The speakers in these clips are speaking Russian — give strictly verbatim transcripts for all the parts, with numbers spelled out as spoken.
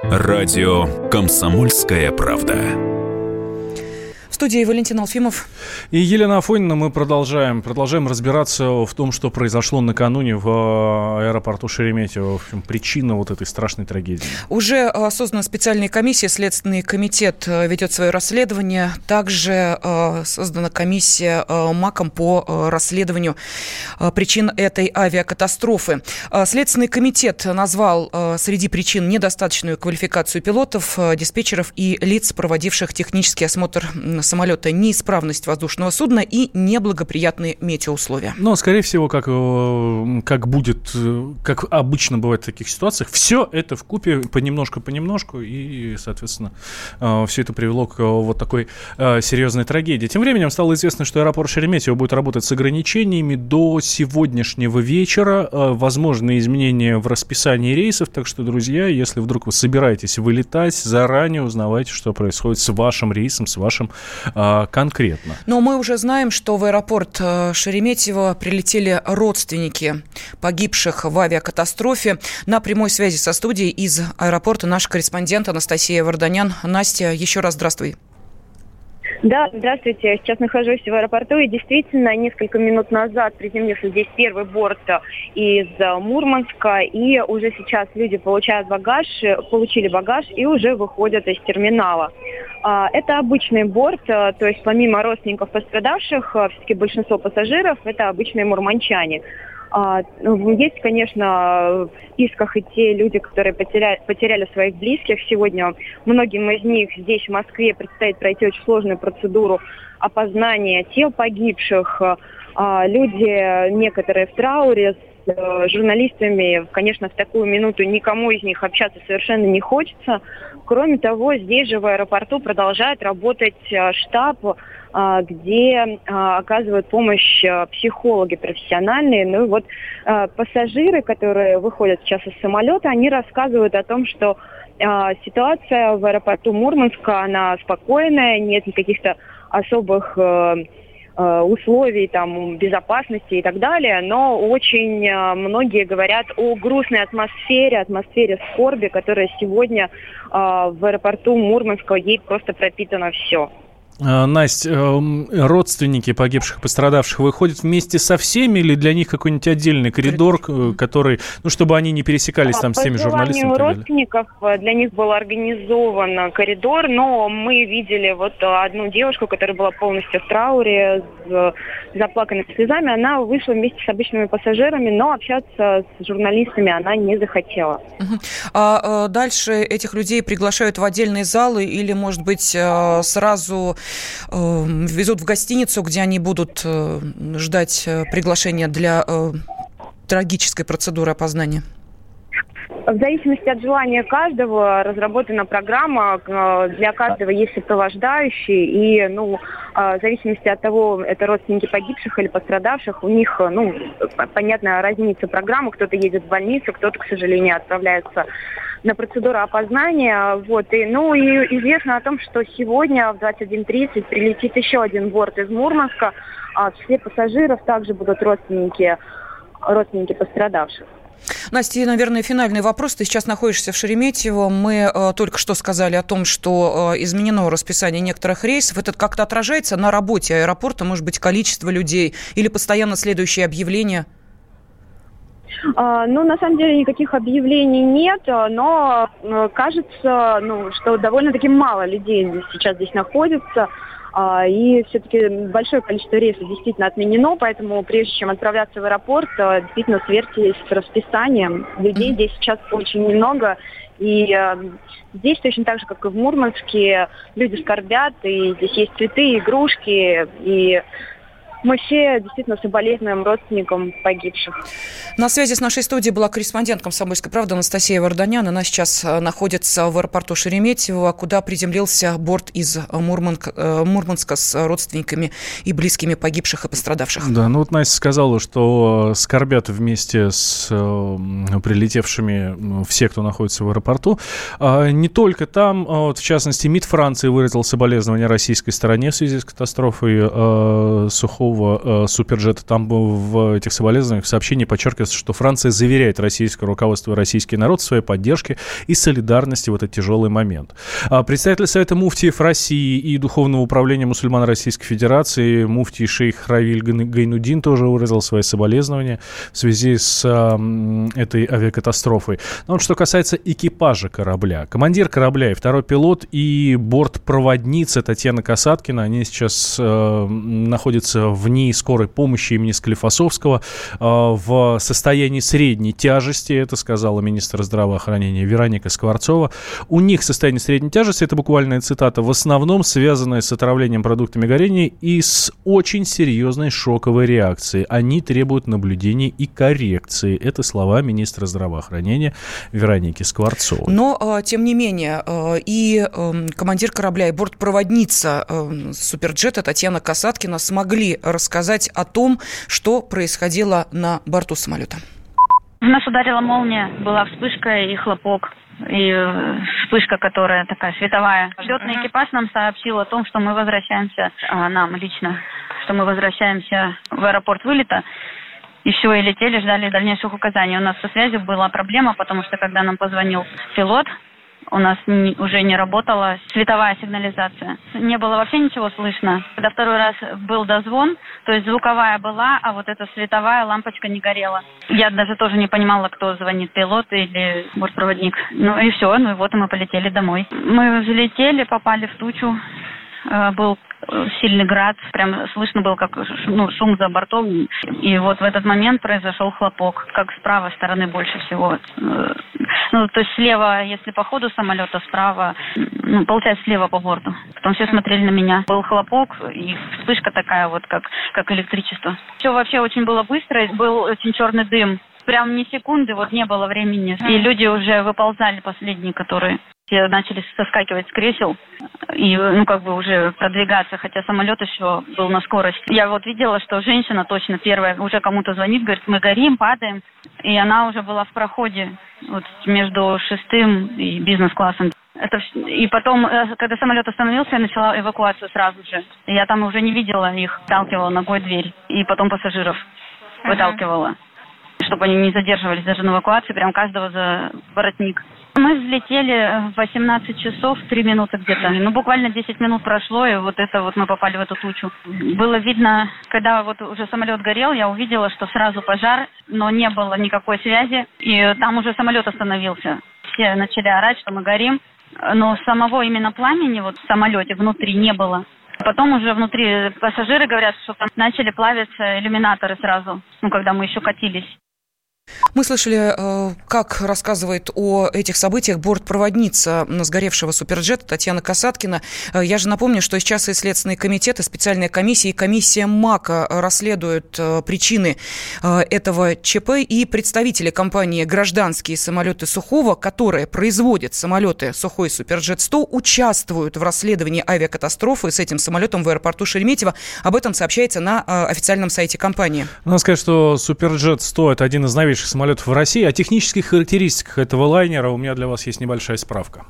Радио «Комсомольская правда». В студии Валентин Алфимов и Елена Афонина. Мы продолжаем, продолжаем разбираться в том, что произошло накануне в аэропорту Шереметьево. В общем, причина вот этой страшной трагедии. Уже создана специальная комиссия, Следственный комитет ведет свое расследование. Также создана комиссия МАКом по расследованию причин этой авиакатастрофы. Следственный комитет назвал среди причин недостаточную квалификацию пилотов, диспетчеров и лиц, проводивших технический осмотр самолета, неисправность воздушного судна и неблагоприятные метеоусловия. Но, скорее всего, как, как будет, как обычно бывает в таких ситуациях, все это вкупе понемножку-понемножку, и, соответственно, все это привело к вот такой серьезной трагедии. Тем временем стало известно, что аэропорт Шереметьево будет работать с ограничениями до сегодняшнего вечера. Возможны изменения в расписании рейсов, так что, друзья, если вдруг вы собираетесь вылетать, заранее узнавайте, что происходит с вашим рейсом, с вашим конкретно. Но мы уже знаем, что в аэропорт Шереметьево прилетели родственники погибших в авиакатастрофе. На прямой связи со студией из аэропорта наш корреспондент Анастасия Варданян. Настя, еще раз здравствуй. Да, здравствуйте. Я сейчас нахожусь в аэропорту, и действительно, несколько минут назад приземлился здесь первый борт из Мурманска, и уже сейчас люди получают багаж, получили багаж и уже выходят из терминала. Это обычный борт, то есть помимо родственников пострадавших, все-таки большинство пассажиров – это обычные мурманчане. Есть, конечно, в списках и те люди, которые потеряли, потеряли своих близких. Сегодня многим из них здесь, в Москве, предстоит пройти очень сложную процедуру опознания тел погибших. Люди, некоторые в трауре, с журналистами, конечно, в такую минуту никому из них общаться совершенно не хочется. Кроме того, здесь же в аэропорту продолжает работать штаб, где оказывают помощь психологи профессиональные. Ну и вот пассажиры, которые выходят сейчас из самолета, они рассказывают о том, что ситуация в аэропорту Мурманска, она спокойная, нет никаких-то особых условий там, безопасности и так далее, но очень многие говорят о грустной атмосфере, атмосфере скорби, которая сегодня в аэропорту Мурманска, ей просто пропитано все. Настя, родственники погибших, пострадавших выходят вместе со всеми или для них какой-нибудь отдельный коридор, который, ну, чтобы они не пересекались там с теми журналистами? По желанию родственников для них был организован коридор, но мы видели вот одну девушку, которая была полностью в трауре, с заплаканными слезами. Она вышла вместе с обычными пассажирами, но общаться с журналистами она не захотела. Uh-huh. А дальше этих людей приглашают в отдельные залы или, может быть, сразу везут в гостиницу, где они будут ждать приглашения для трагической процедуры опознания? В зависимости от желания каждого разработана программа, для каждого есть сопровождающий, и ну, в зависимости от того, это родственники погибших или пострадавших, у них, ну, понятно, разница программы, кто-то едет в больницу, кто-то, к сожалению, отправляется на процедуру опознания. Вот. И, ну, и известно о том, что сегодня в двадцать один тридцать прилетит еще один борт из Мурманска, а в числе пассажиров также будут родственники, родственники пострадавших. Настя, наверное, финальный вопрос. Ты сейчас находишься в Шереметьево. Мы э, только что сказали о том, что э, изменено расписание некоторых рейсов. Это как-то отражается на работе аэропорта? Может быть, количество людей или постоянно следующие объявления? А, ну, на самом деле, никаких объявлений нет, но э, кажется, ну, что довольно-таки мало людей здесь, сейчас здесь находится. И все-таки большое количество рейсов действительно отменено, поэтому прежде чем отправляться в аэропорт, действительно сверьтесь с расписанием. Людей здесь сейчас очень немного, и здесь точно так же, как и в Мурманске, люди скорбят, и здесь есть цветы, игрушки, и мы все действительно соболезнуем родственникам погибших. На связи с нашей студией была корреспондент «Комсомольской правды» Анастасия Варданян. Она сейчас находится в аэропорту Шереметьево, куда приземлился борт из Мурманска, Мурманска с родственниками и близкими погибших и пострадавших. Да, ну вот Настя сказала, что скорбят вместе с прилетевшими все, кто находится в аэропорту. Не только там, вот, в частности, МИД Франции выразил соболезнования российской стороне в связи с катастрофой Сухого сухого э, суперджета. Там в этих соболезнованиях в сообщении подчеркивается, что Франция заверяет российское руководство и российский народ в своей поддержке и солидарности в этот тяжелый момент. А представитель Совета муфтиев России и Духовного управления мусульман Российской Федерации муфтий шейх Равиль Гайнуддин тоже выразил свои соболезнования в связи с э, этой авиакатастрофой. Но вот что касается экипажа корабля. Командир корабля и второй пилот и бортпроводница Татьяна Касаткина, они сейчас э, находятся в НИИ скорой помощи имени Склифосовского э, в состоянии средней тяжести, это сказала министр здравоохранения Вероника Скворцова. У них состояние средней тяжести, это буквальная цитата, в основном связанное с отравлением продуктами горения и с очень серьезной шоковой реакцией. Они требуют наблюдения и коррекции. Это слова министра здравоохранения Вероники Скворцовой. Но, тем не менее, и командир корабля, и бортпроводница суперджета Татьяна Касаткина смогли рассказать о том, что происходило на борту самолета. В нас ударила молния, была вспышка и хлопок. И вспышка, которая такая световая. Летный экипаж нам сообщил о том, что мы возвращаемся, а, нам лично, что мы возвращаемся в аэропорт вылета. И все, и летели, ждали дальнейших указаний. У нас со связью была проблема, потому что когда нам позвонил пилот, у нас не, уже не работала световая сигнализация. Не было вообще ничего слышно. Когда второй раз был дозвон, то есть звуковая была, а вот эта световая лампочка не горела. Я даже тоже не понимала, кто звонит, пилот или бортпроводник. Ну и все, ну и вот мы полетели домой. Мы взлетели, попали в тучу. Был сильный град, прям слышно было, как ну, шум за бортом. И вот в этот момент произошел хлопок, как с правой стороны больше всего. Ну, то есть слева, если по ходу самолета, справа, ну, получается, слева по борту. Потом все смотрели на меня. Был хлопок и вспышка такая вот, как, как электричество. Все вообще очень было быстро, был очень черный дым. Прям ни секунды, вот не было времени. И люди уже выползали, последние, которые... Все начали соскакивать с кресел и, ну, как бы уже продвигаться, хотя самолет еще был на скорости. Я вот видела, что женщина точно первая уже кому-то звонит, говорит, мы горим, падаем. И она уже была в проходе вот, между шестым и бизнес-классом. Это, и потом, когда самолет остановился, я начала эвакуацию сразу же. Я там уже не видела их, сталкивала ногой дверь. И потом пассажиров ага. выталкивала, чтобы они не задерживались даже на эвакуации, прям каждого за воротник. Мы взлетели в восемнадцать часов, три минуты где-то. Ну, буквально десять минут прошло, и вот это вот мы попали в эту тучу. Было видно, когда вот уже самолет горел, я увидела, что сразу пожар, но не было никакой связи. И там уже самолет остановился. Все начали орать, что мы горим. Но самого именно пламени вот в самолете внутри не было. Потом уже внутри пассажиры говорят, что там начали плавиться иллюминаторы сразу, ну, когда мы еще катились. Мы слышали, как рассказывает о этих событиях бортпроводница сгоревшего суперджета Татьяна Касаткина. Я же напомню, что сейчас и Следственный комитет, и специальная комиссия, и комиссия МАКа расследуют причины этого ЧП, и представители компании «Гражданские самолеты Сухого», которые производят самолеты Сухой Суперджет сто, участвуют в расследовании авиакатастрофы с этим самолетом в аэропорту Шереметьево. Об этом сообщается на официальном сайте компании. Надо сказать, что Суперджет сто – это один из новейших самолетов в России. О технических характеристиках этого лайнера у меня для вас есть небольшая справка.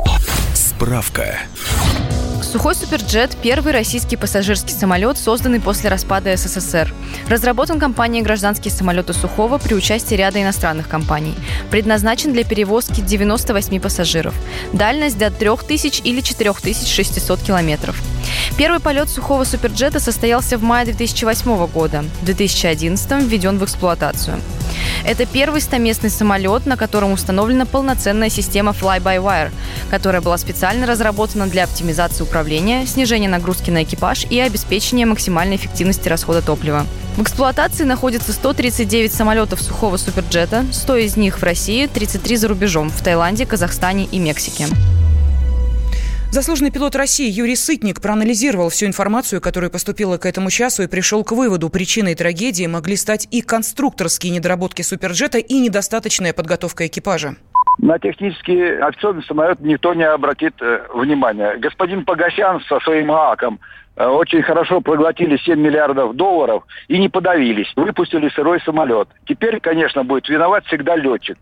Справка. Сухой Суперджет – первый российский пассажирский самолет, созданный после распада СССР. Разработан компанией «Гражданские самолеты Сухого» при участии ряда иностранных компаний. Предназначен для перевозки девяноста восьми пассажиров. Дальность до трёх тысяч или четырёх тысяч шестисот километров. Первый полет Сухого Суперджета состоялся в мае две тысячи восьмого года. В две тысячи одиннадцатом введен в эксплуатацию. Это первый стоместный самолет, на котором установлена полноценная система Fly-by-Wire, которая была специально разработана для оптимизации управления, снижения нагрузки на экипаж и обеспечения максимальной эффективности расхода топлива. В эксплуатации находится сто тридцать девять самолетов Сухого Суперджета, сто из них в России, тридцать три за рубежом, в Таиланде, Казахстане и Мексике. Заслуженный пилот России Юрий Сытник проанализировал всю информацию, которая поступила к этому часу, и пришел к выводу: причиной трагедии могли стать и конструкторские недоработки Суперджета, и недостаточная подготовка экипажа. На технический авиационный самолет никто не обратит э, внимания. Господин Погосян со своим ААКом э, очень хорошо проглотили семь миллиардов долларов и не подавились. Выпустили сырой самолет. Теперь, конечно, будет виноват всегда летчик.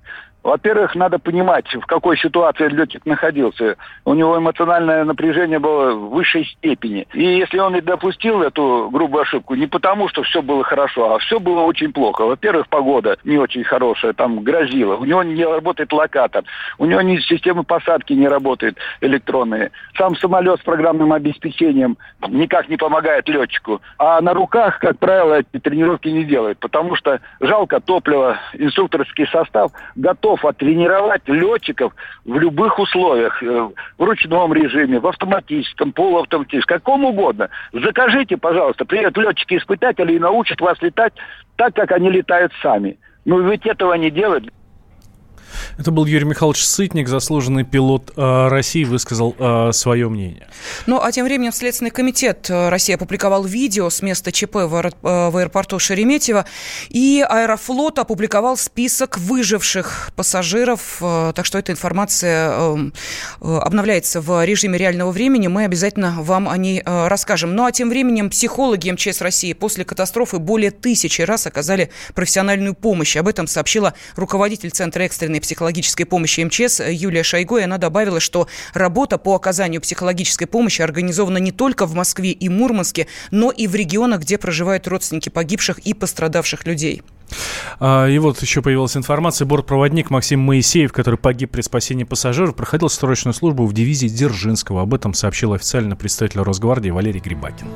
Во-первых, надо понимать, в какой ситуации летчик находился. У него эмоциональное напряжение было в высшей степени. И если он и допустил эту грубую ошибку, не потому, что все было хорошо, а все было очень плохо. Во-первых, погода не очень хорошая, там грозила. У него не работает локатор. У него ни системы посадки не работает электронные. Сам самолет с программным обеспечением никак не помогает летчику. А на руках, как правило, эти тренировки не делают, потому что жалко топлива. Инструкторский состав готов оттренировать летчиков в любых условиях. В ручном режиме, в автоматическом, полуавтоматическом, каком угодно. Закажите, пожалуйста, приедут летчики-испытатели и научат вас летать так, как они летают сами. Но ведь этого не делают. Это был Юрий Михайлович Сытник, заслуженный пилот э, России, высказал э, свое мнение. Ну, а тем временем Следственный комитет России опубликовал видео с места ЧП в, аэро- в аэропорту Шереметьево, и Аэрофлот опубликовал список выживших пассажиров, э, так что эта информация э, э, обновляется в режиме реального времени, мы обязательно вам о ней э, расскажем. Ну, а тем временем психологи МЧС России после катастрофы более тысячи раз оказали профессиональную помощь. Об этом сообщила руководитель Центра экстренной психологической помощи МЧС Юлия Шойго, и она добавила, что работа по оказанию психологической помощи организована не только в Москве и Мурманске, но и в регионах, где проживают родственники погибших и пострадавших людей. И вот еще появилась информация. Бортпроводник Максим Моисеев, который погиб при спасении пассажиров, проходил срочную службу в дивизии Дзержинского. Об этом сообщил официально представитель Росгвардии Валерий Грибакин.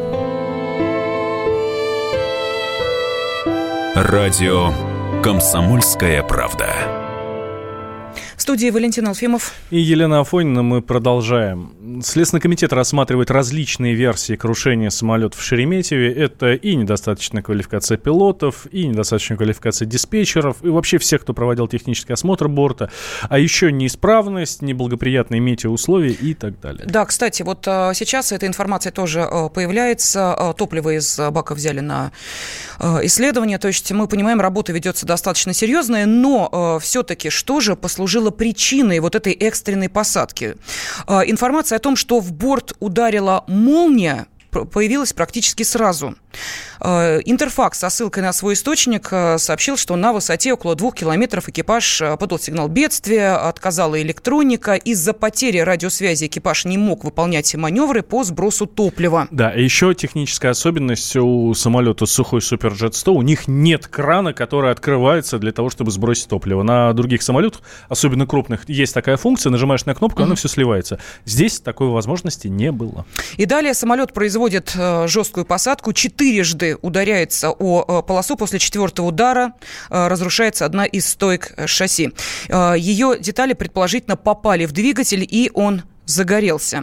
Радио «Комсомольская правда». В студии Валентин Алфимов и Елена Афонина. Мы продолжаем. Следственный комитет рассматривает различные версии крушения самолетов в Шереметьеве. Это и недостаточная квалификация пилотов, и недостаточная квалификация диспетчеров, и вообще всех, кто проводил технический осмотр борта, а еще неисправность, неблагоприятные метеоусловия и так далее. Да, кстати, вот а, сейчас эта информация тоже а, появляется. А, топливо из а, бака взяли на а, исследование. То есть мы понимаем, работа ведется достаточно серьезная, но а, все-таки что же послужило причиной вот этой экстренной посадки? А, информация о том, что в борт ударила молния, появилась практически сразу. Интерфакс со ссылкой на свой источник сообщил, что на высоте около двух километров экипаж подал сигнал бедствия, отказала электроника. Из-за потери радиосвязи экипаж не мог выполнять маневры по сбросу топлива. Да, и еще техническая особенность у самолета Сухой Суперджет сто. У них нет крана, который открывается для того, чтобы сбросить топливо. На других самолетах, особенно крупных, есть такая функция. Нажимаешь на кнопку, mm-hmm. она все сливается. Здесь такой возможности не было. И далее самолет производит жесткую посадку. Четырежды ударяется о полосу. После четвертого удара разрушается одна из стоек шасси. Ее детали предположительно попали в двигатель, и он загорелся.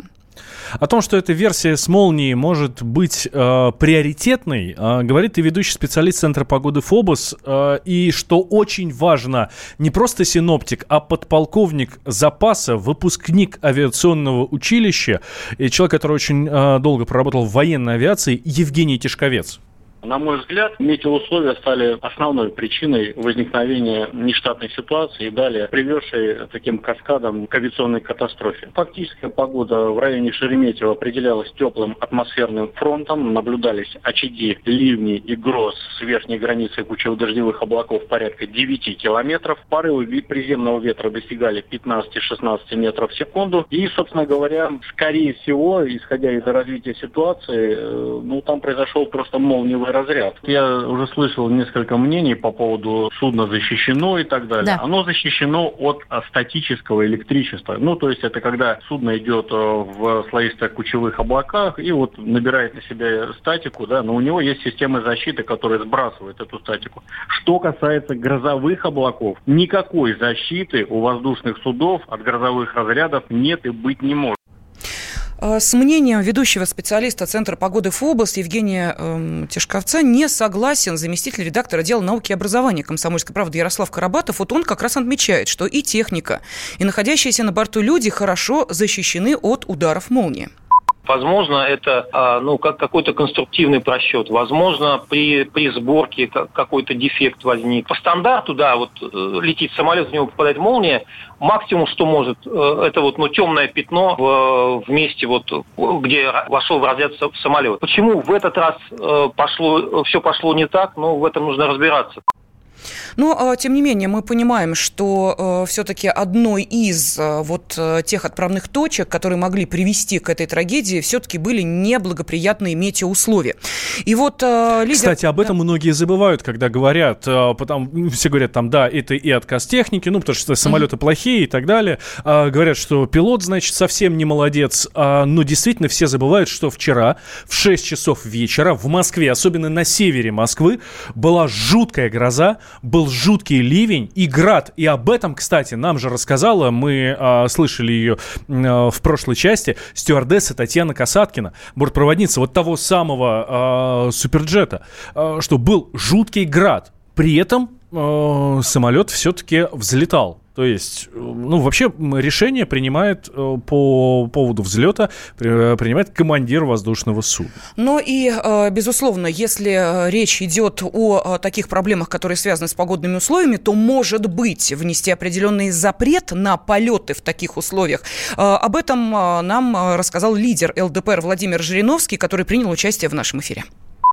О том, что эта версия с молнией может быть э, приоритетной, э, говорит и ведущий специалист Центра погоды ФОБОС, э, и что очень важно, не просто синоптик, а подполковник запаса, выпускник авиационного училища, и человек, который очень э, долго проработал в военной авиации, Евгений Тишковец. На мой взгляд, метеоусловия стали основной причиной возникновения нештатной ситуации и далее приведшей таким каскадом к авиационной катастрофе. Фактическая погода в районе Шереметьево определялась теплым атмосферным фронтом, наблюдались очаги ливней и гроз с верхней границей кучево-дождевых облаков порядка девяти километров. Порывы приземного ветра достигали пятнадцать-шестнадцать метров в секунду. И, собственно говоря, скорее всего, исходя из развития ситуации, ну, там произошел просто молниевый разряд. Я уже слышал несколько мнений по поводу судна защищено и так далее. Да. Оно защищено от статического электричества. Ну, то есть это когда судно идет в слоисто-кучевых облаках и вот набирает на себя статику, да, но у него есть система защиты, которая сбрасывает эту статику. Что касается грозовых облаков, никакой защиты у воздушных судов от грозовых разрядов нет и быть не может. С мнением ведущего специалиста Центра погоды ФОБОС Евгения э, Тишковца не согласен заместитель редактора отдела науки и образования «Комсомольской правды» Ярослав Карабатов. Вот он как раз отмечает, что и техника, и находящиеся на борту люди хорошо защищены от ударов молнии. Возможно, это ну, как какой-то конструктивный просчет. Возможно, при, при сборке какой-то дефект возник. По стандарту, да, вот летит самолет, в него попадает молния. Максимум, что может, это вот ну, темное пятно в, в месте, вот, где вошел в разряд самолет. Почему в этот раз пошло, все пошло не так? Ну, в этом нужно разбираться. Но, тем не менее, мы понимаем, что э, все-таки одной из э, вот э, тех отправных точек, которые могли привести к этой трагедии, все-таки были неблагоприятные метеоусловия. И вот э, лидер... Кстати, об этом да. многие забывают, когда говорят, э, потому, все говорят, там, да, это и отказ техники, ну, потому что самолеты mm-hmm. плохие и так далее. Э, говорят, что пилот, значит, совсем не молодец. Э, но действительно все забывают, что вчера в шесть часов вечера в Москве, особенно на севере Москвы, была жуткая гроза, был жуткий ливень и град. И об этом, кстати, нам же рассказала, мы а, слышали ее а, в прошлой части, стюардесса Татьяна Касаткина, бортпроводница вот того самого а, суперджета, а, что был жуткий град. При этом а, самолет все-таки взлетал. То есть, ну, вообще решение принимает по поводу взлета, принимает командир воздушного судна. Ну и, безусловно, если речь идет о таких проблемах, которые связаны с погодными условиями, то, может быть, внести определенный запрет на полеты в таких условиях. Об этом нам рассказал лидер эл дэ пэ эр Владимир Жириновский, который принял участие в нашем эфире.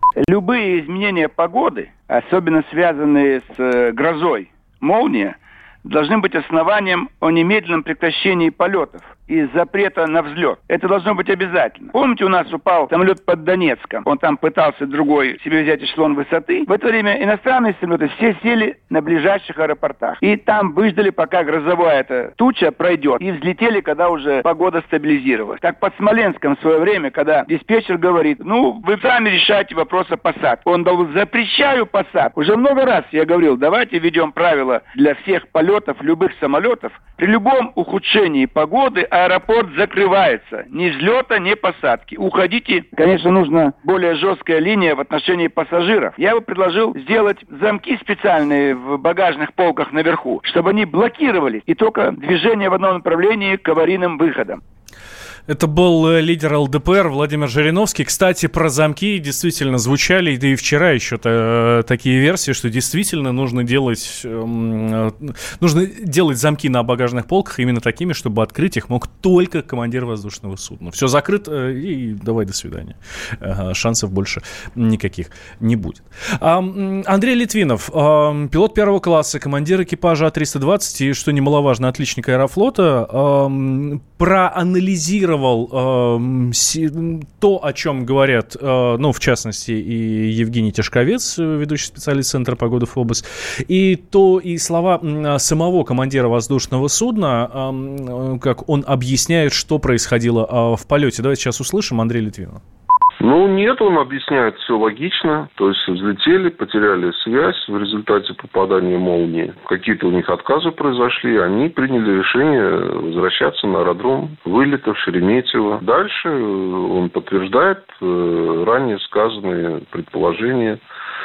Любые изменения погоды, особенно связанные с грозой, молния, должны быть основанием о немедленном прекращении полетов и запрета на взлет. Это должно быть обязательно. Помните, у нас упал самолет под Донецком. Он там пытался другой себе взять эшелон высоты. В это время иностранные самолеты все сели на ближайших аэропортах. И там выждали, пока грозовая эта туча пройдет. И взлетели, когда уже погода стабилизировалась. Так под Смоленском в свое время, когда диспетчер говорит, ну, вы сами решаете вопрос о посадке. Он дал, запрещаю посадку. Уже много раз я говорил, давайте введем правила для всех полетов любых самолетов. При любом ухудшении погоды аэропорт закрывается. Ни взлета, ни посадки. Уходите. Конечно, нужна более жесткая линия в отношении пассажиров. Я бы предложил сделать замки специальные в багажных полках наверху, чтобы они блокировали и только движение в одном направлении к аварийным выходам. Это был лидер эл дэ пэ эр Владимир Жириновский. Кстати, про замки действительно звучали, да и вчера еще -то, такие версии, что действительно нужно делать, э, нужно делать замки на багажных полках именно такими, чтобы открыть их мог только командир воздушного судна. Все закрыто, и давай до свидания. Э, шансов больше никаких не будет. А, Андрей Литвинов, э, пилот первого класса, командир экипажа А триста двадцать и, что немаловажно, отличник Аэрофлота, э, проанализировал э, си, то, о чем говорят, э, ну, в частности, и Евгений Тишковец, ведущий специалист Центра погоды ФОБОС, и то, и слова самого командира воздушного судна, э, как он объясняет, что происходило э, в полете. Давайте сейчас услышим Андрея Литвинова. Ну, нет, он объясняет все логично. То есть взлетели, потеряли связь в результате попадания молнии. Какие-то у них отказы произошли. Они приняли решение возвращаться на аэродром вылета в Шереметьево. Дальше он подтверждает ранее сказанные предположения,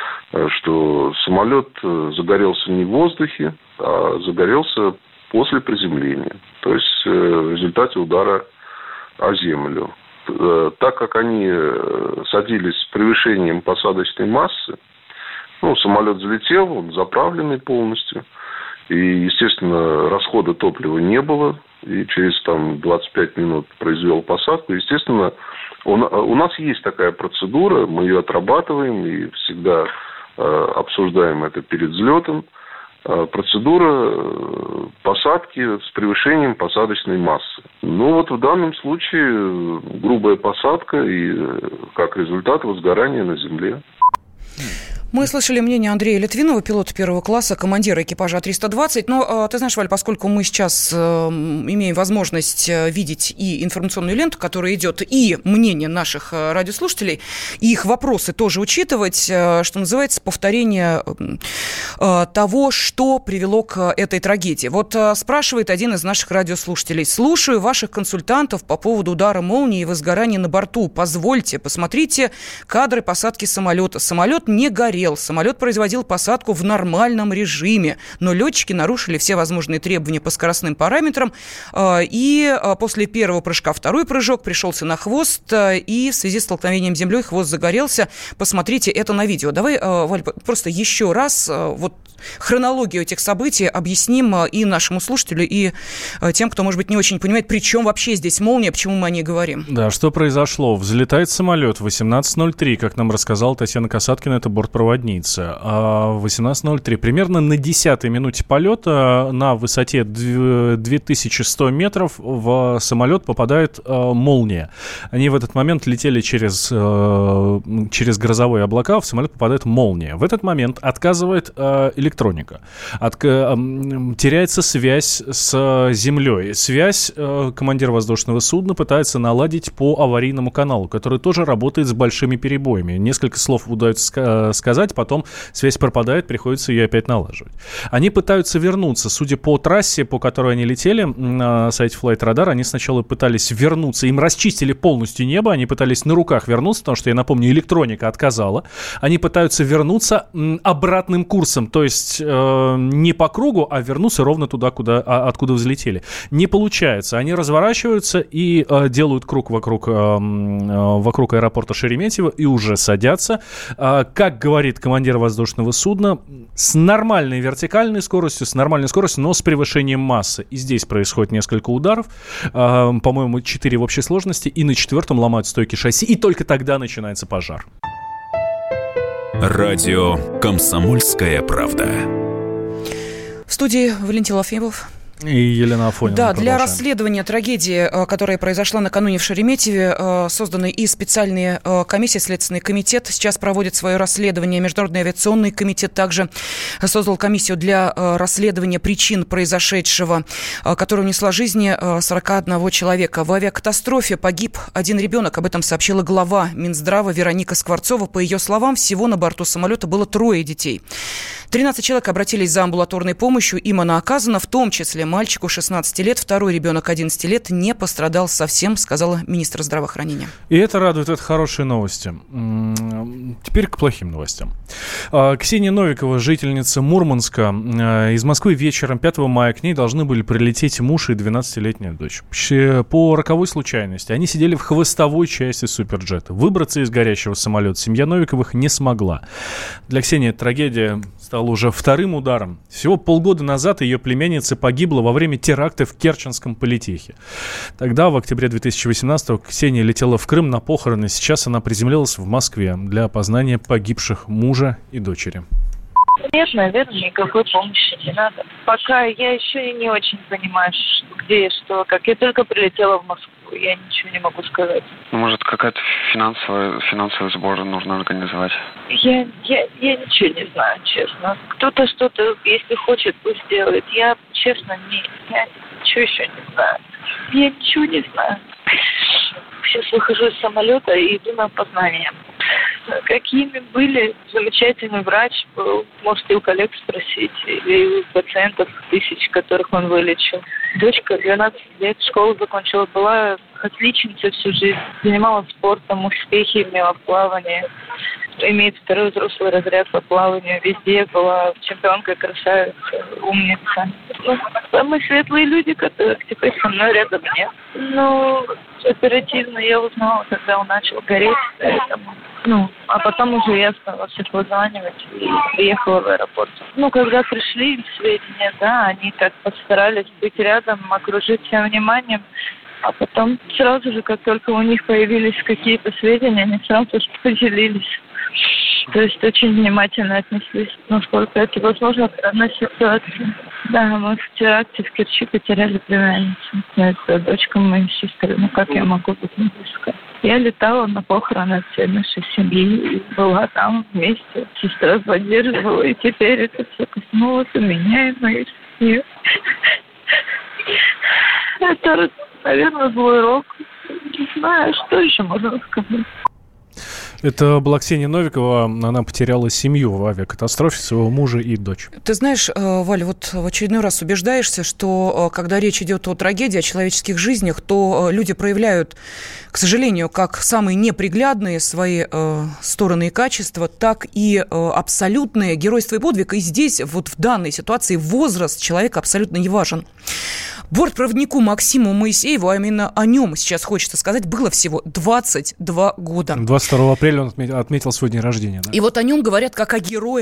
что самолет загорелся не в воздухе, а загорелся после приземления. То есть в результате удара о землю. Так как они садились с превышением посадочной массы, ну, самолет взлетел, он заправленный полностью, и, естественно, расхода топлива не было, и через там, двадцать пять минут произвел посадку. Естественно, он, у нас есть такая процедура, мы ее отрабатываем и всегда э, обсуждаем это перед взлетом. Процедура посадки с превышением посадочной массы. Ну вот в данном случае грубая посадка и как результат возгорание на земле. Мы слышали мнение Андрея Литвинова, пилота первого класса, командира экипажа А триста двадцать. Но, ты знаешь, Валь, поскольку мы сейчас имеем возможность видеть и информационную ленту, которая идет, и мнение наших радиослушателей, и их вопросы тоже учитывать, что называется, повторение того, что привело к этой трагедии. Вот спрашивает один из наших радиослушателей. Слушаю ваших консультантов по поводу удара молнии и возгорания на борту. Позвольте, посмотрите кадры посадки самолета. Самолет не горел. Самолет производил посадку в нормальном режиме, но летчики нарушили все возможные требования по скоростным параметрам, и после первого прыжка второй прыжок пришелся на хвост, и в связи с столкновением с землей хвост загорелся. Посмотрите это на видео. Давай, Валь, просто еще раз вот хронологию этих событий объясним и нашему слушателю, и тем, кто, может быть, не очень понимает, при чем вообще здесь молния, почему мы о ней говорим. Да, что произошло? Взлетает самолет в восемнадцать ноль три, как нам рассказала Татьяна Касаткина, это бортпроводница бортпроводницы. А в восемнадцать ноль три, примерно на десятой минуте полета на высоте две тысячи сто метров в самолет попадает э, молния. Они в этот момент летели через, э, через грозовые облака, в самолет попадает молния. В этот момент отказывает э, электроника. От, э, теряется связь с землей. Связь э, командир воздушного судна пытается наладить по аварийному каналу, который тоже работает с большими перебоями. Несколько слов удается ска- сказать, потом связь пропадает, приходится ее опять налаживать. Они пытаются вернуться. Судя по трассе, по которой они летели, на сайте Flight Radar, они сначала пытались вернуться. Им расчистили полностью небо, они пытались на руках вернуться, потому что, я напомню, электроника отказала. Они пытаются вернуться м, обратным курсом, то есть э, не по кругу, а вернуться ровно туда, куда, а, откуда взлетели. Не получается. Они разворачиваются и э, делают круг вокруг, э, э, вокруг аэропорта Шереметьево и уже садятся. Э, как говорит командир воздушного судна, с нормальной вертикальной скоростью, с нормальной скоростью, но с превышением массы. И здесь происходит несколько ударов, э, по-моему, четыре в общей сложности, и на четвертом ломают стойки шасси, и только тогда начинается пожар. Радио «Комсомольская правда». В студии Валентин Лафимов. И Елена Афонина. Да, для расследования трагедии, которая произошла накануне в Шереметьеве, созданы и специальные комиссии, Следственный комитет сейчас проводит свое расследование. Международный авиационный комитет также создал комиссию для расследования причин произошедшего, которая унесла жизни сорок один человека. В авиакатастрофе погиб один ребенок, об этом сообщила глава Минздрава Вероника Скворцова. По ее словам, всего на борту самолета было трое детей. тринадцать человек обратились за амбулаторной помощью, им она оказана, в том числе мальчику шестнадцати лет, второй ребенок одиннадцати лет не пострадал совсем, сказала министр здравоохранения. И это радует, это хорошие новости. Теперь к плохим новостям. Ксения Новикова, жительница Мурманска, из Москвы вечером пятого мая к ней должны были прилететь муж и двенадцатилетняя дочь. По роковой случайности они сидели в хвостовой части суперджета. Выбраться из горящего самолета семья Новиковых не смогла. Для Ксении трагедия стала уже вторым ударом. Всего полгода назад ее племянница погибла во время теракта в Керченском политехе. Тогда, в октябре две тысячи восемнадцатого, Ксения летела в Крым на похороны. Сейчас она приземлилась в Москве для опознания погибших мужа и дочери. Нет, наверное, никакой помощи не надо. Пока я еще не очень понимаю, где и что, как. Я только прилетела в Москву, я ничего не могу сказать. Ну, может, какая-то финансовая, финансовые сборы нужно организовать? Я, я, я ничего не знаю, честно. Кто-то что-то, если хочет, пусть делает. Я, честно, не, я ничего еще не знаю. Я ничего не знаю. Сейчас выхожу из самолета и иду на опознание. Какими были, замечательный врач был, можете у коллег спросить, или у пациентов тысяч, которых он вылечил. Дочка двенадцать лет, школу закончила, была отличницей всю жизнь, занималась спортом, успехи имела в плавании, имеет второй взрослый разряд по плаванию, везде была чемпионкой, красавица, умница. Ну, самые светлые люди, которых теперь со мной рядом нет. Ну, оперативно я узнала, когда он начал гореть, поэтому... Ну, а потом уже я стала всех вызванивать и приехала в аэропорт. Ну, когда пришли сведения, да, они так постарались быть рядом, окружить всем вниманием. А потом сразу же, как только у них появились какие-то сведения, они сразу же поделились. То есть очень внимательно отнеслись, насколько это возможно, в данной ситуации. Да, мы в теракте в Керчи потеряли племянницу. Это дочка моей сестры. Ну, как я могу быть не близко? Я летала на похороны всей нашей семьи и была там вместе. Сестра поддерживала, и теперь это все коснулось у меня и моей семьи. Это, наверное, злой рок. Не знаю, что еще можно сказать. Это была Ксения Новикова. Она потеряла семью в авиакатастрофе, своего мужа и дочь. Ты знаешь, Валя, вот в очередной раз убеждаешься, что когда речь идет о трагедии, о человеческих жизнях, то люди проявляют, к сожалению, как самые неприглядные свои э, стороны и качества, так и э, абсолютное геройство и подвиг. И здесь, вот в данной ситуации, возраст человека абсолютно не важен. Бортпроводнику Максиму Моисееву, а именно о нем сейчас хочется сказать, было всего двадцать два года. двадцать второго апреля он отметил, отметил свой день рождения. Да? И вот о нем говорят как о герое.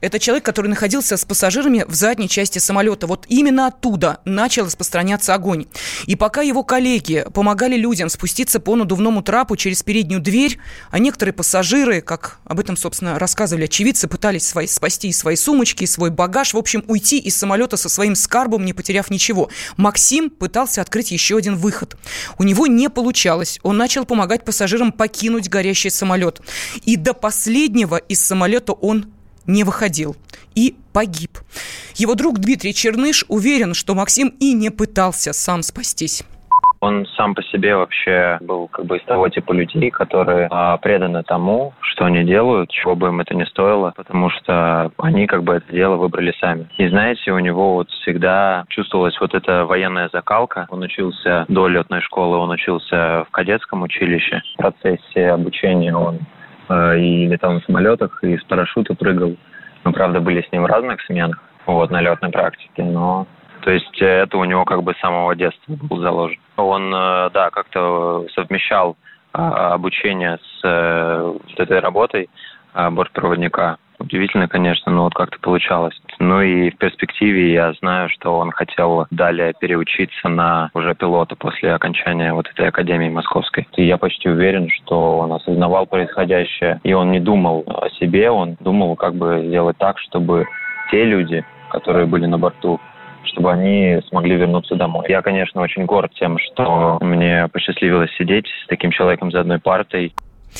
Это человек, который находился с пассажирами в задней части самолета. Вот именно оттуда начал распространяться огонь. И пока его коллеги помогали людям спуститься по надувному трапу через переднюю дверь, а некоторые пассажиры, как об этом, собственно, рассказывали очевидцы, пытались свои, спасти и свои сумочки, и свой багаж, в общем, уйти из самолета со своим скарбом, не потеряв ничего. Максим пытался открыть еще один выход. У него не получалось. Он начал помогать пассажирам покинуть горящий самолет. И до последнего из самолета он не выходил и погиб. Его друг Дмитрий Черныш уверен, что Максим и не пытался сам спастись. Он сам по себе вообще был как бы из того типа людей, которые а, преданы тому, что они делают, чего бы им это ни стоило, потому что они как бы это дело выбрали сами. И знаете, у него вот всегда чувствовалась вот эта военная закалка. Он учился до летной школы, он учился в кадетском училище. В процессе обучения он э, и летал на самолетах, и с парашюта прыгал. Мы, правда, были с ним в разных сменах, вот, на летной практике, но... То есть это у него как бы с самого детства был заложен. Он, да, как-то совмещал обучение с вот этой работой бортпроводника. Удивительно, конечно, но вот как-то получалось. Ну и в перспективе я знаю, что он хотел далее переучиться на уже пилота после окончания вот этой академии московской. И я почти уверен, что он осознавал происходящее, и он не думал о себе, он думал, как бы сделать так, чтобы те люди, которые были на борту, чтобы они смогли вернуться домой. Я, конечно, очень горд тем, что мне посчастливилось сидеть с таким человеком за одной партой.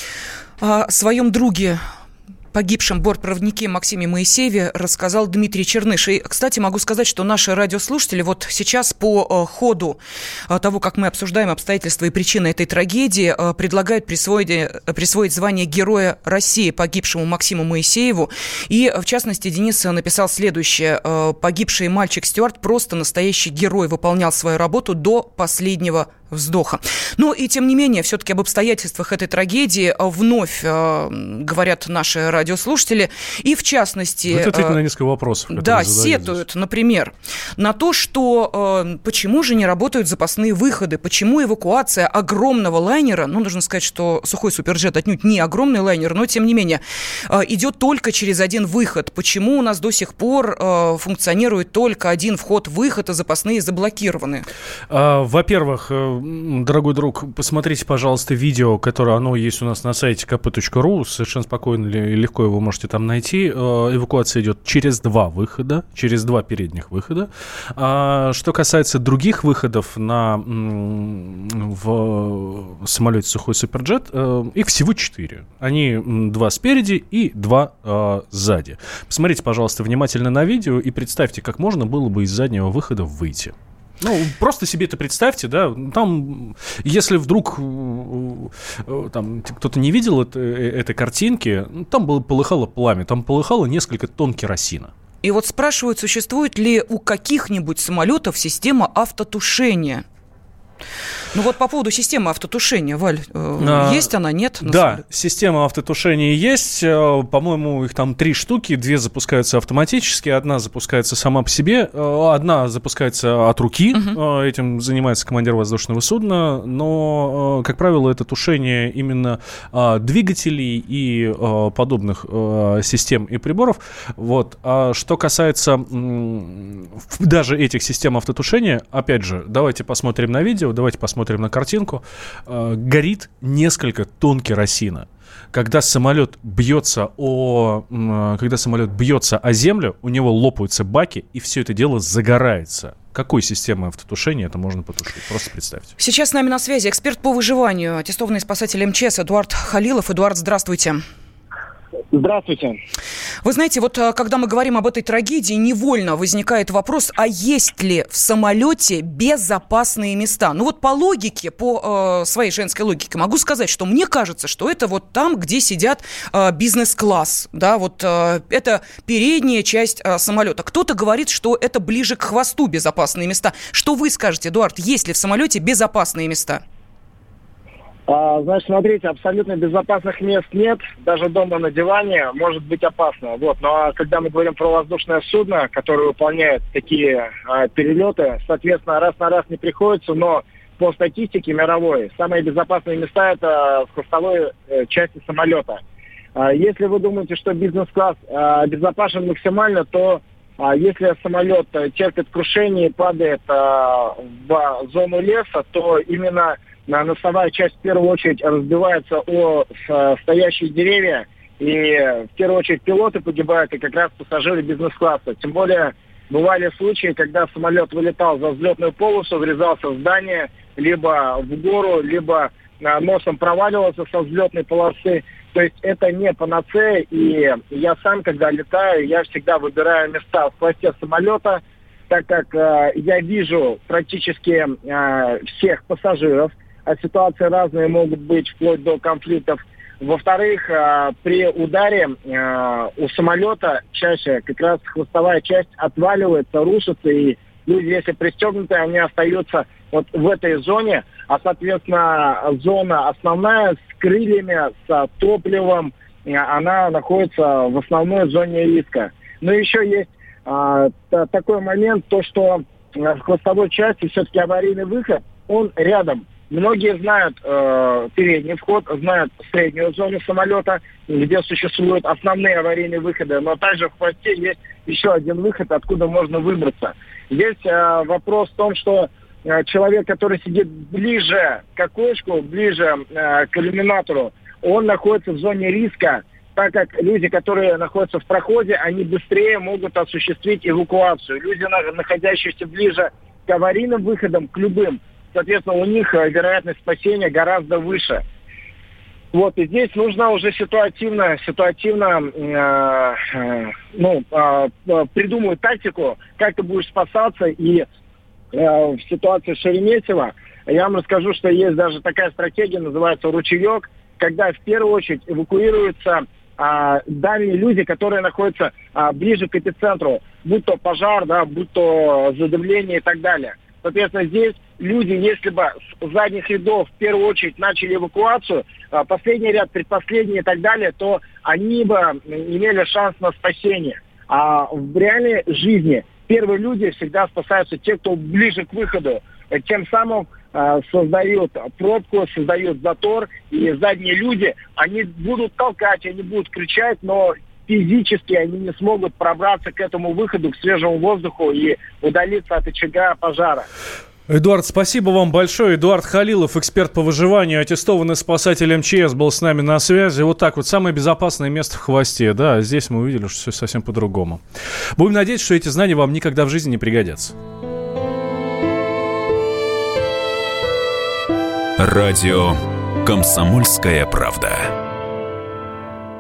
О своем друге, погибшем бортпроводнике Максиме Моисееве, рассказал Дмитрий Черныш. И, кстати, могу сказать, что наши радиослушатели вот сейчас по э, ходу э, того, как мы обсуждаем обстоятельства и причины этой трагедии, э, предлагают присвоить, э, присвоить звание Героя России погибшему Максиму Моисееву. И, в частности, Денис написал следующее. Э, «Погибший мальчик Стюарт просто настоящий герой, выполнял свою работу до последнего вздоха». Но и тем не менее, все-таки об обстоятельствах этой трагедии вновь э, говорят наши радиослушатели. И в частности... Вы ответите э, на несколько вопросов. Да, сетуют, здесь. Например, на то, что э, почему же не работают запасные выходы, почему эвакуация огромного лайнера, ну, нужно сказать, что сухой суперджет отнюдь не огромный лайнер, но тем не менее, э, идет только через один выход. Почему у нас до сих пор э, функционирует только один вход-выход, а запасные заблокированы? А, во-первых, дорогой друг, посмотрите, пожалуйста, видео, которое оно есть у нас на сайте ка пэ точка ру. Совершенно спокойно и легко его можете там найти. Эвакуация идет через два выхода, через два передних выхода. А что касается других выходов на, в самолете «Сухой Суперджет», их всего четыре. Они два спереди и два а, сзади. Посмотрите, пожалуйста, внимательно на видео и представьте, как можно было бы из заднего выхода выйти. Ну, просто себе это представьте, да, там, если вдруг там кто-то не видел это, этой картинки, там было, полыхало пламя, там полыхало несколько тонн керосина. И вот спрашивают, существует ли у каких-нибудь самолетов система автотушения? Ну вот по поводу системы автотушения, Валь, а, есть она, нет? Да, самолете? Система автотушения есть, по-моему, их там три штуки, две запускаются автоматически, одна запускается сама по себе, одна запускается от руки, угу. Этим занимается командир воздушного судна, но, как правило, это тушение именно двигателей и подобных систем и приборов. Вот. А что касается даже этих систем автотушения, опять же, давайте посмотрим на видео, давайте посмотрим на картинку. Горит несколько тонн керосина. Когда самолет бьется о, когда самолет бьется о землю, у него лопаются баки, и все это дело загорается. Какой системой автотушения это можно потушить? Просто представьте. Сейчас с нами на связи эксперт по выживанию, аттестованный спасатель эм че эс Эдуард Халилов. Эдуард, здравствуйте. Здравствуйте. Вы знаете, вот когда мы говорим об этой трагедии, невольно возникает вопрос, а есть ли в самолете безопасные места? Ну вот по логике, по э, своей женской логике могу сказать, что мне кажется, что это вот там, где сидят э, бизнес-класс, да, вот э, это передняя часть э, самолета. Кто-то говорит, что это ближе к хвосту безопасные места. Что вы скажете, Эдуард, есть ли в самолете безопасные места? А, значит, смотрите, абсолютно безопасных мест нет. Даже дома на диване может быть опасно. Вот. Ну а когда мы говорим про воздушное судно, которое выполняет такие а, перелеты, соответственно, раз на раз не приходится, но по статистике мировой самые безопасные места — это в хвостовой э, части самолета. Если вы думаете, что бизнес-класс безопасен максимально, то если самолет терпит крушение и падает в зону леса, то именно носовая часть в первую очередь разбивается о стоящие деревья, и в первую очередь пилоты погибают, и как раз пассажиры бизнес-класса. Тем более бывали случаи, когда самолет вылетал за взлетную полосу, врезался в здание, либо в гору, либо носом проваливался со взлетной полосы. То есть это не панацея, и я сам, когда летаю, я всегда выбираю места в хвосте самолета, так как э, я вижу практически э, всех пассажиров, а ситуации разные могут быть, вплоть до конфликтов. Во-вторых, э, при ударе э, у самолета чаще как раз хвостовая часть отваливается, рушится, и люди, если пристегнуты, они остаются вот в этой зоне, а, соответственно, зона основная с крыльями, с топливом, она находится в основной зоне риска. Но еще есть а, т- такой момент, то, что в хвостовой части все-таки аварийный выход, он рядом. Многие знают э, передний вход, знают среднюю зону самолета, где существуют основные аварийные выходы, но также в хвосте есть еще один выход, откуда можно выбраться. Здесь э, вопрос в том, что э, человек, который сидит ближе к окошку, ближе э, к иллюминатору, он находится в зоне риска, так как люди, которые находятся в проходе, они быстрее могут осуществить эвакуацию. Люди, находящиеся ближе к аварийным выходам, к любым, соответственно, у них вероятность спасения гораздо выше. Вот, и здесь нужно уже ситуативно, ситуативно э, э, ну, э, придумывать тактику, как ты будешь спасаться. И э, в ситуации Шереметьево я вам расскажу, что есть даже такая стратегия, называется «Ручеек», когда в первую очередь эвакуируются э, дальние люди, которые находятся э, ближе к эпицентру, будь то пожар, да, будь то задымление и так далее. Соответственно, здесь люди, если бы с задних рядов в первую очередь начали эвакуацию, последний ряд, предпоследний и так далее, то они бы имели шанс на спасение. А в реальной жизни первые люди всегда спасаются те, кто ближе к выходу. Тем самым создают пробку, создают затор, и задние люди, они будут толкать, они будут кричать, но физически они не смогут пробраться к этому выходу, к свежему воздуху и удалиться от очага пожара. Эдуард, спасибо вам большое. Эдуард Халилов, эксперт по выживанию, аттестованный спасатель эм че эс, был с нами на связи. Вот так вот, самое безопасное место в хвосте, да, здесь мы увидели, что все совсем по-другому. Будем надеяться, что эти знания вам никогда в жизни не пригодятся. Радио «Комсомольская правда».